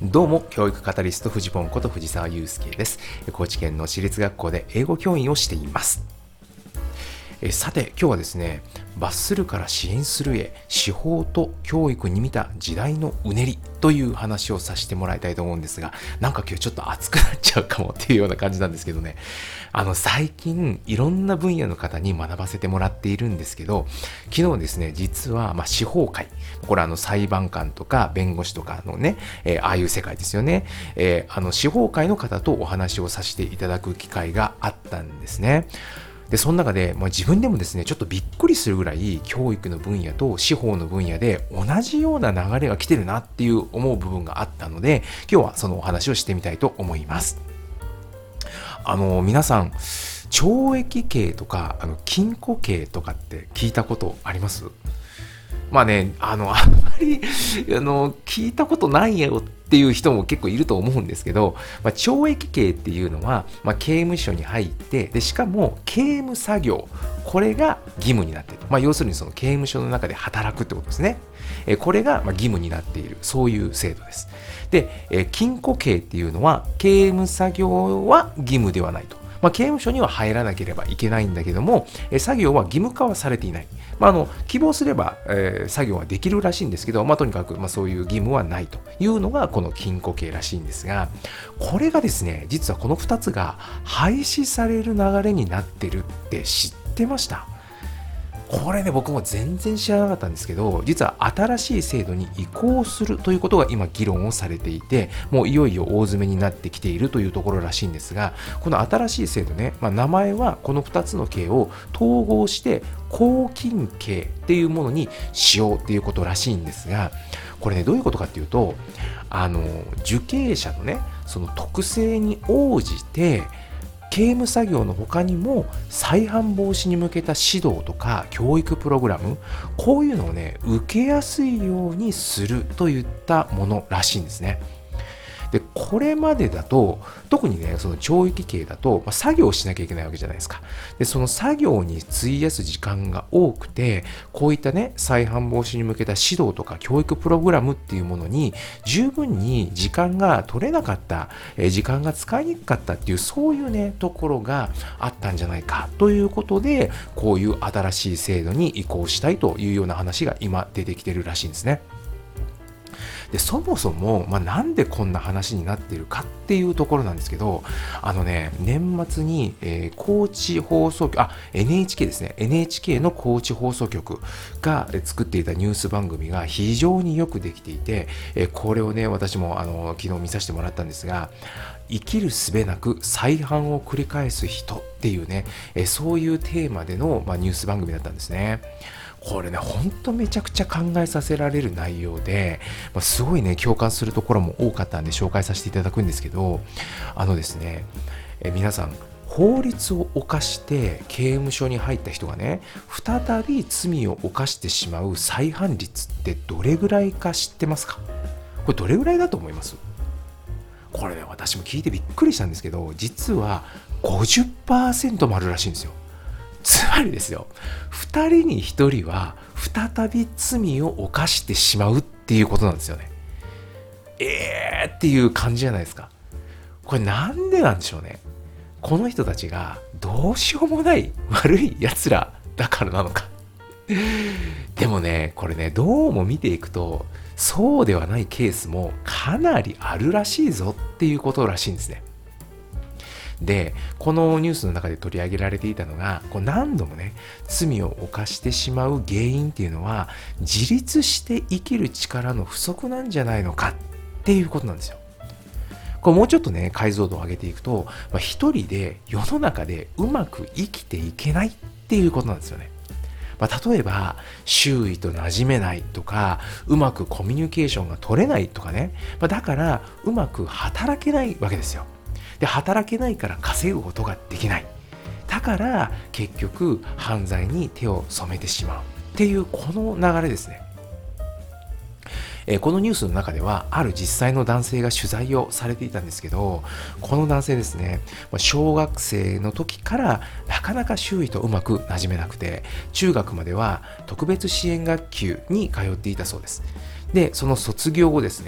どうも、教育カタリストフジポンこと藤沢祐介です。高知県の私立学校で英語教員をしています。さて、今日はですね、罰するから支援するへ、司法と教育に見た時代のうねりという話をさせてもらいたいと思うんですが、なんか今日ちょっと熱くなっちゃうかもっていうような感じなんですけどね、最近いろんな分野の方に学ばせてもらっているんですけど、昨日ですね、実は司法界、これ裁判官とか弁護士とかのね、ああいう世界ですよね、司法界の方とお話をさせていただく機会があったんですね。でその中で、自分でもですねちょっとびっくりするぐらい教育の分野と司法の分野で同じような流れが来てるなっていう思う部分があったので、今日はそのお話をしてみたいと思います。皆さん懲役刑とか禁錮刑とかって聞いたことあります？あんまり聞いたことないよっていう人も結構いると思うんですけど、懲役刑っていうのは、刑務所に入って、でしかも刑務作業、これが義務になっている。要するにその刑務所の中で働くってことですね。これが義務になっている、そういう制度です。で、禁錮刑っていうのは刑務作業は義務ではないと。刑務所には入らなければいけないんだけども、作業は義務化はされていない。希望すれば、作業はできるらしいんですけど、とにかく、そういう義務はないというのがこの禁錮刑らしいんですが、これがですね、実はこの2つが廃止される流れになってるって知ってました？これね、僕も全然知らなかったんですけど、実は新しい制度に移行するということが今議論をされていて、もういよいよ大詰めになってきているというところらしいんですが、この新しい制度ね、名前はこの2つの刑を統合して拘禁刑っていうものにしようっていうことらしいんですが、これね、どういうことかっていうと、受刑者のね、その特性に応じて刑務作業の他にも再犯防止に向けた指導とか教育プログラム、こういうのをね受けやすいようにするといったものらしいんですね。でこれまでだと特にねその懲役刑だと、作業をしなきゃいけないわけじゃないですか。でその作業に費やす時間が多くて、こういったね再犯防止に向けた指導とか教育プログラムっていうものに十分に時間が取れなかった、時間が使いにくかったっていう、そういうねところがあったんじゃないかということで、こういう新しい制度に移行したいというような話が今出てきてるらしいんですね。でそもそも、なんでこんな話になっているかっていうところなんですけど、年末に、高知放送局、NHK ですね、NHK の高知放送局が作っていたニュース番組が非常によくできていて、これをね私も昨日見させてもらったんですが、生きる術なく再犯を繰り返す人っていうね、そういうテーマでの、ニュース番組だったんですね。これね、ほんとめちゃくちゃ考えさせられる内容で、すごいね、共感するところも多かったんで紹介させていただくんですけど、ですね、皆さん、法律を犯して刑務所に入った人がね、再び罪を犯してしまう再犯率ってどれぐらいか知ってますか？これどれぐらいだと思います？これね、私も聞いてびっくりしたんですけど、実は 50% もあるらしいんですよ。つまりですよ、2人に1人は再び罪を犯してしまうっていうことなんですよね。っていう感じじゃないですか。これなんでなんでしょうね。この人たちがどうしようもない悪い奴らだからなのか。でもね、これね、どうも見ていくとそうではないケースもかなりあるらしいぞっていうことらしいんですね。でこのニュースの中で取り上げられていたのが、何度もね罪を犯してしまう原因っていうのは自立して生きる力の不足なんじゃないのかっていうことなんですよ。これもうちょっとね解像度を上げていくと、一人で世の中でうまく生きていけないっていうことなんですよね。例えば周囲と馴染めないとか、うまくコミュニケーションが取れないとかね、だからうまく働けないわけですよ。で働けないから稼ぐことができない。だから結局犯罪に手を染めてしまうっていうこの流れですね。このニュースの中ではある実際の男性が取材をされていたんですけど、この男性ですね、小学生の時からなかなか周囲とうまく馴染めなくて、中学までは特別支援学級に通っていたそうです。でその卒業後ですね、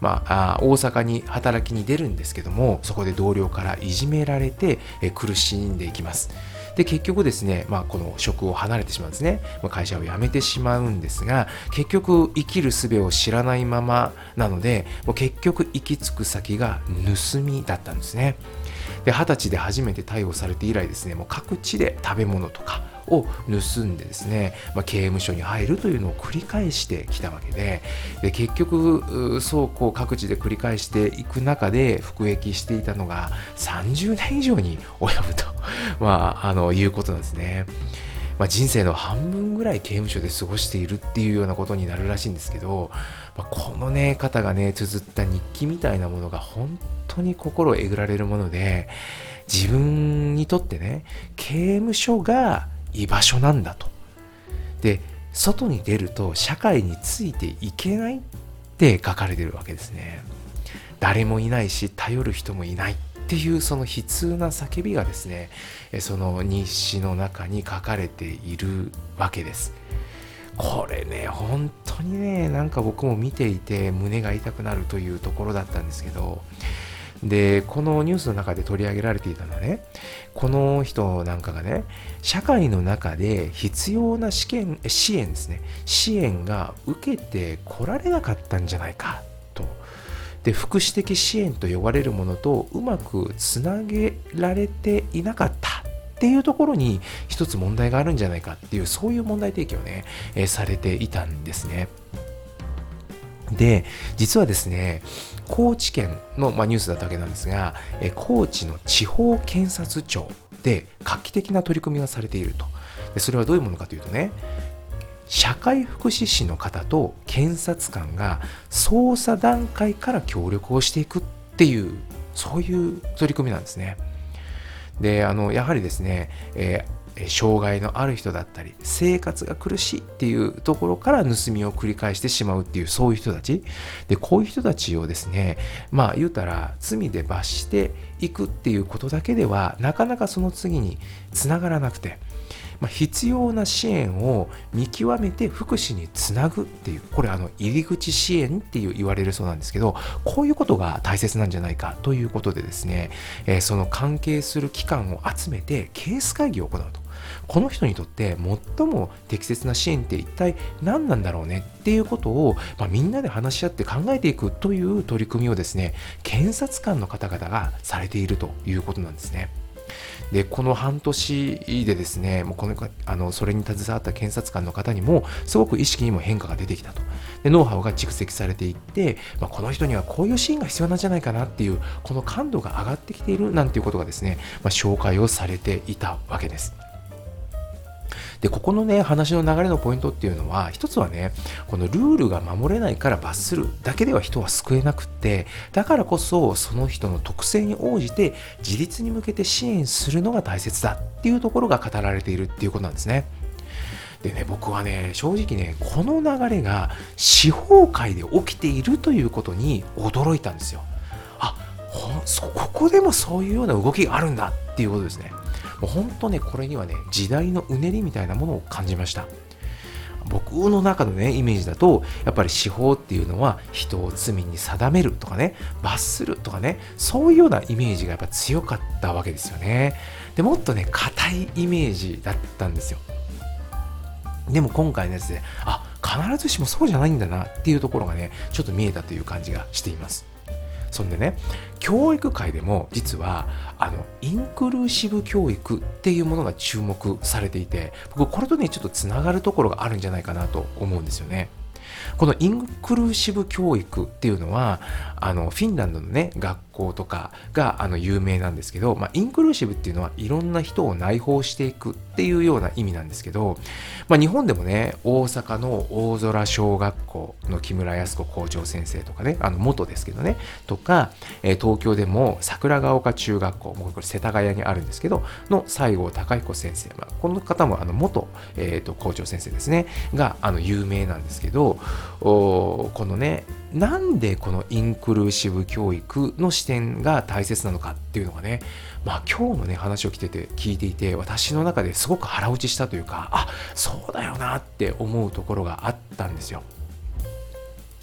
大阪に働きに出るんですけども、そこで同僚からいじめられて、苦しんでいきます。で結局ですね、この職を離れてしまうんですね。会社を辞めてしまうんですが、結局生きる術を知らないままなので、もう結局行き着く先が盗みだったんですね。で20歳で初めて逮捕されて以来ですね、もう各地で食べ物とかを盗んでですね、刑務所に入るというのを繰り返してきたわけで、結局そうこう各地で繰り返していく中で服役していたのが30年以上に及ぶということなんですね。人生の半分ぐらい刑務所で過ごしているっていうようなことになるらしいんですけど、このね方がね綴った日記みたいなものが本当に心をえぐられるもので、自分にとってね刑務所が居場所なんだと。で外に出ると社会についていけないって書かれてるわけですね。誰もいないし頼る人もいないっていうその悲痛な叫びがですね、その日誌の中に書かれているわけです。これね本当にねなんか僕も見ていて胸が痛くなるというところだったんですけど、でこのニュースの中で取り上げられていたのはね、この人なんかがね社会の中で必要な支援ですね、支援が受けてこられなかったんじゃないかと。で福祉的支援と呼ばれるものとうまくつなげられていなかったっていうところに一つ問題があるんじゃないかっていう、そういう問題提起をね、されていたんですね。で実はですね高知県の、ニュースだったわけなんですが、高知の地方検察庁で画期的な取り組みがされていると。でそれはどういうものかというとね、社会福祉士の方と検察官が捜査段階から協力をしていくっていう、そういう取り組みなんですね。でやはりですね、障害のある人だったり生活が苦しいっていうところから盗みを繰り返してしまうっていう、そういう人たちで、こういう人たちをですね言うたら罪で罰していくっていうことだけではなかなかその次につながらなくて、必要な支援を見極めて福祉につなぐっていう、これ入り口支援っていう言われるそうなんですけど、こういうことが大切なんじゃないかということでですね、その関係する機関を集めてケース会議を行うと。この人にとって最も適切な支援って一体何なんだろうねっていうことを、みんなで話し合って考えていくという取り組みをですね検察官の方々がされているということなんですね。でこの半年でですね、もうそれに携わった検察官の方にもすごく意識にも変化が出てきたと。でノウハウが蓄積されていって、この人にはこういうシーンが必要なんじゃないかなっていう、この感度が上がってきているなんていうことがですね、紹介をされていたわけです。でここのね話の流れのポイントっていうのは、一つはねこのルールが守れないから罰するだけでは人は救えなくって、だからこそその人の特性に応じて自立に向けて支援するのが大切だっていうところが語られているっていうことなんですね。でね僕はね正直ねこの流れが司法界で起きているということに驚いたんですよ。ここでもそういうような動きがあるんだっていうことですね。もう本当ねこれにはね時代のうねりみたいなものを感じました。僕の中のねイメージだと、やっぱり司法っていうのは人を罪に定めるとかね、罰するとかね、そういうようなイメージがやっぱ強かったわけですよね。でもっとね硬いイメージだったんですよ。でも今回のやつで必ずしもそうじゃないんだなっていうところがねちょっと見えたという感じがしています。そんでね教育界でも実はインクルーシブ教育っていうものが注目されていて、僕これとねちょっとつながるところがあるんじゃないかなと思うんですよね。このインクルーシブ教育っていうのはフィンランドのね学校とかが有名なんですけど、インクルーシブっていうのはいろんな人を内包していくっていうような意味なんですけど、日本でもね大阪の大空小学校の木村泰子校長先生とかね元ですけどねとか、東京でも桜ヶ丘中学校、これ世田谷にあるんですけどの西郷隆彦先生、この方も元、校長先生ですねが有名なんですけど、このねなんでこのインクルーシブ教育の視点が大切なのかっていうのがね、今日のね話を聞いていて私の中ですごく腹落ちしたというか、そうだよなって思うところがあったんですよ。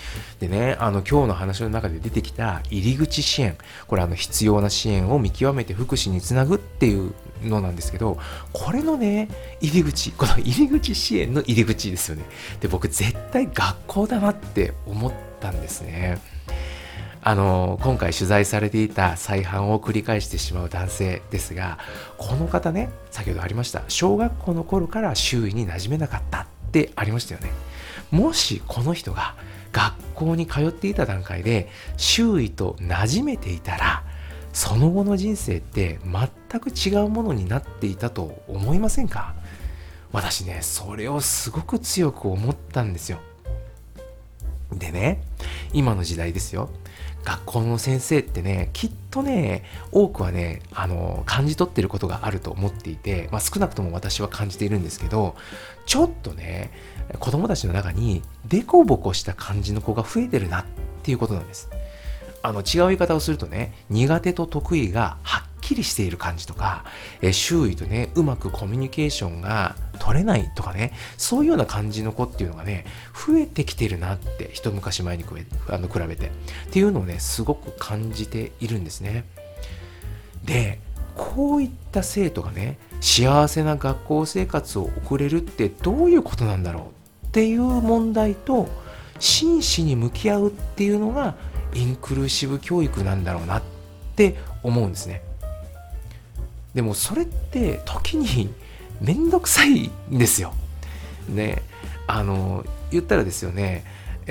でね、今日の話の中で出てきた入り口支援、これ必要な支援を見極めて福祉につなぐっていうのなんですけど、これのね、この入り口支援の入り口ですよね。で、僕絶対学校だなって思ったんですね。今回取材されていた再犯を繰り返してしまう男性ですが、この方ね、先ほどありました、小学校の頃から周囲に馴染めなかったってありましたよね。もしこの人が学校に通っていた段階で周囲と馴染めていたら、その後の人生って全く違うものになっていたと思いませんか？私ね、それをすごく強く思ったんですよ。でね、今の時代ですよ。学校の先生ってね、きっとね、多くはね、感じ取ってることがあると思っていて、少なくとも私は感じているんですけど、ちょっとね、子供たちの中にデコボコした感じの子が増えてるなっていうことなんです。違う言い方をするとね、苦手と得意がはっきりしている感じとか、周囲とね、うまくコミュニケーションが取れないとかね、そういうような感じの子っていうのがね、増えてきてるなって、一昔前に比べてっていうのをね、すごく感じているんですね。で、こういった生徒がね、幸せな学校生活を送れるってどういうことなんだろうっていう問題と真摯に向き合うっていうのがインクルーシブ教育なんだろうなって思うんですね。でもそれって時にめんどくさいんですよ。ね、言ったらですよね、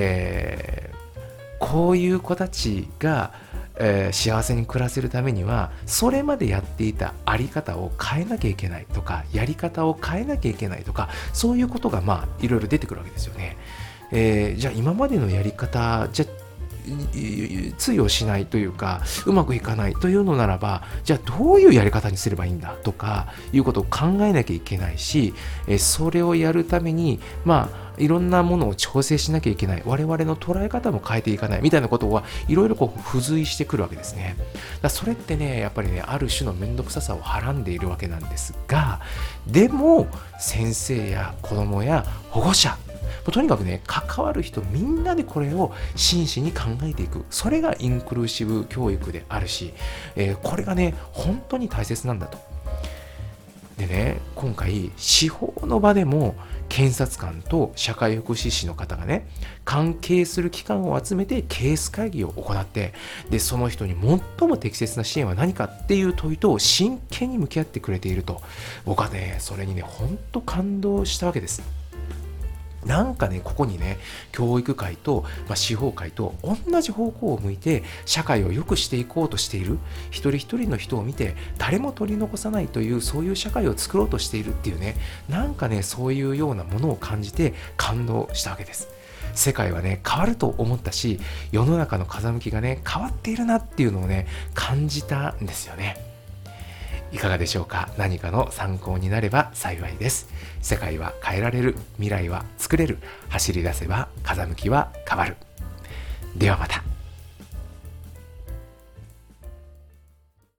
こういう子たちが、幸せに暮らせるためには、それまでやっていたあり方を変えなきゃいけないとか、やり方を変えなきゃいけないとか、そういうことがいろいろ出てくるわけですよね。じゃあ今までのやり方じゃ通用しないというか、うまくいかないというのならば、じゃあどういうやり方にすればいいんだとかいうことを考えなきゃいけないし、それをやるためにいろんなものを調整しなきゃいけない、我々の捉え方も変えていかないみたいなことはいろいろ付随してくるわけですね。それってね、やっぱりね、ある種の面倒くささをはらんでいるわけなんですが、でも先生や子供や保護者、とにかくね、関わる人みんなでこれを真摯に考えていく、それがインクルーシブ教育であるし、これがね、本当に大切なんだと。でね、今回司法の場でも検察官と社会福祉士の方がね、関係する機関を集めてケース会議を行って、でその人に最も適切な支援は何かっていう問いと真剣に向き合ってくれていると、僕はね、それにね、本当感動したわけです。なんかね、ここにね、教育界と、司法界と同じ方向を向いて社会を良くしていこうとしている、一人一人の人を見て誰も取り残さないという、そういう社会を作ろうとしているっていうね、なんかね、そういうようなものを感じて感動したわけです。世界はね、変わると思ったし、世の中の風向きがね、変わっているなっていうのをね、感じたんですよね。いかがでしょうか。何かの参考になれば幸いです。世界は変えられる、未来は作れる、走り出せば風向きは変わる。ではまた。